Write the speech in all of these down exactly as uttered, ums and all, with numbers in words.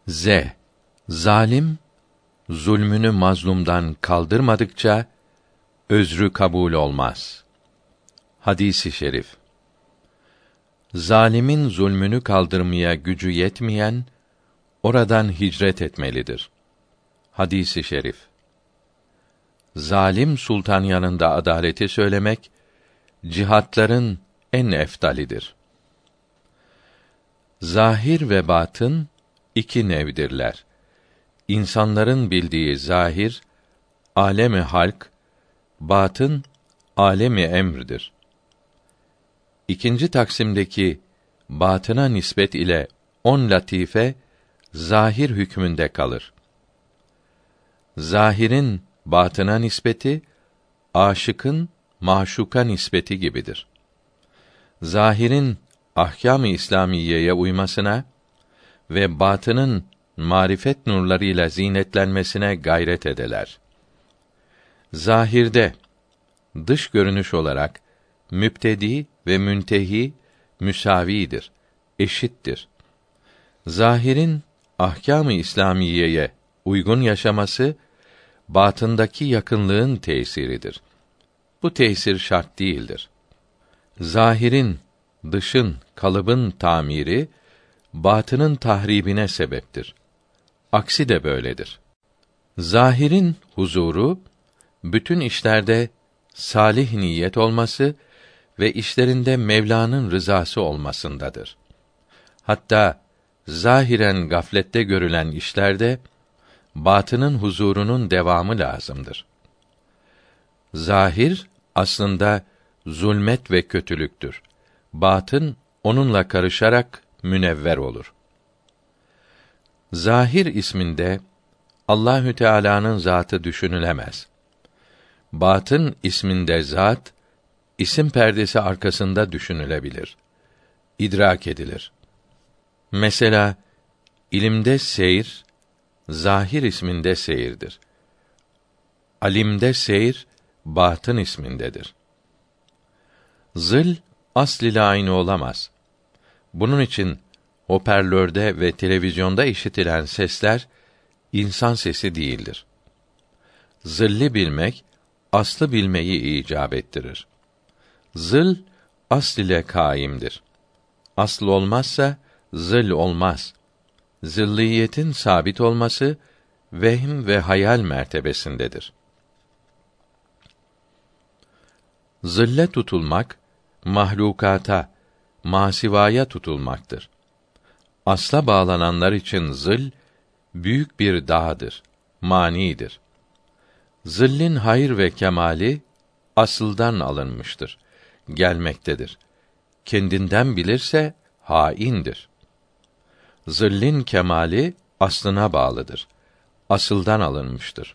Z. Zalim zulmünü mazlumdan kaldırmadıkça özrü kabul olmaz. Hadisi şerif. Zalimin zulmünü kaldırmaya gücü yetmeyen oradan hicret etmelidir. Hadisi şerif. Zalim sultan yanında adaleti söylemek cihatların en efdalidir. Zahir ve batın iki nevdirler. İnsanların bildiği zahir, alemi halk, batın, alemi emrdir. İkinci taksimdeki batına nispet ile on latife, zahir hükmünde kalır. Zahirin batına nispeti, aşıkın maşuka nispeti gibidir. Zahirin ahkâm-ı İslamiyeye uymasına ve batının marifet nurlarıyla zinetlenmesine gayret edeler. Zahirde dış görünüş olarak mübtedi ve müntehi müsavidir, eşittir. Zahirin ahkâm-ı İslamiyeye uygun yaşaması batındaki yakınlığın tesiridir. Bu tesir şart değildir. Zahirin, dışın, kalıbın tamiri batının tahribine sebeptir. Aksi de böyledir. Zahirin huzuru bütün işlerde salih niyet olması ve işlerinde Mevla'nın rızası olmasındadır. Hatta zahiren gaflette görülen işlerde batının huzurunun devamı lazımdır. Zahir aslında zulmet ve kötülüktür. Batın onunla karışarak münevver olur. Zahir isminde Allahü Teala'nın zatı düşünülemez. Batın isminde zat isim perdesi arkasında düşünülebilir. İdrak edilir. Mesela ilimde seyir zahir isminde seyirdir. Alimde seyir batın ismindedir. Zıl asl ile aynı olamaz. Bunun için hoparlörde ve televizyonda işitilen sesler insan sesi değildir. Zilli bilmek aslı bilmeyi icap ettirir. Zıl asl ile kaimdir. Asıl olmazsa zıl olmaz. Zilliyetin sabit olması vehm ve hayal mertebesindedir. Zille tutulmak mahlukata, masivaya tutulmaktır. Asla bağlananlar için zil büyük bir dağdır, manidir. Zillin hayır ve kemali asıldan alınmıştır, gelmektedir. Kendinden bilirse haindir. Zillin kemali aslına bağlıdır. Asıldan alınmıştır.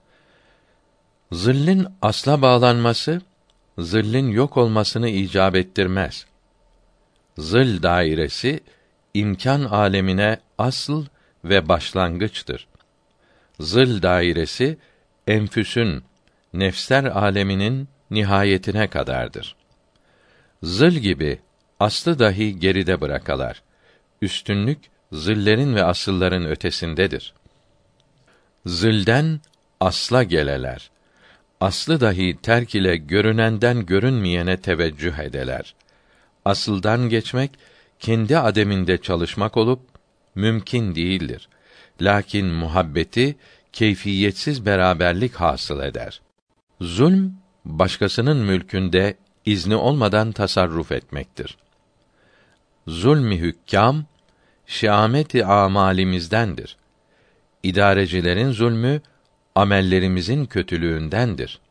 Zillin asla bağlanması zillin yok olmasını icap ettirmez. Zil dairesi imkan alemine asıl ve başlangıçtır. Zil dairesi enfüsün, nefsler aleminin nihayetine kadardır. Zil gibi aslı dahi geride bırakalar. Üstünlük zillerin ve asılların ötesindedir. Zilden asla geleler. Aslı dahi terk ile görünenden görünmeyene teveccüh edeler. Asıldan geçmek kendi ademinde çalışmak olup mümkün değildir. Lakin muhabbeti keyfiyetsiz beraberlik hasıl eder. Zulm başkasının mülkünde izni olmadan tasarruf etmektir. Zulm-i hükkâm şiâmet-i amalimizdendir. İdarecilerin zulmü amellerimizin kötülüğündendir.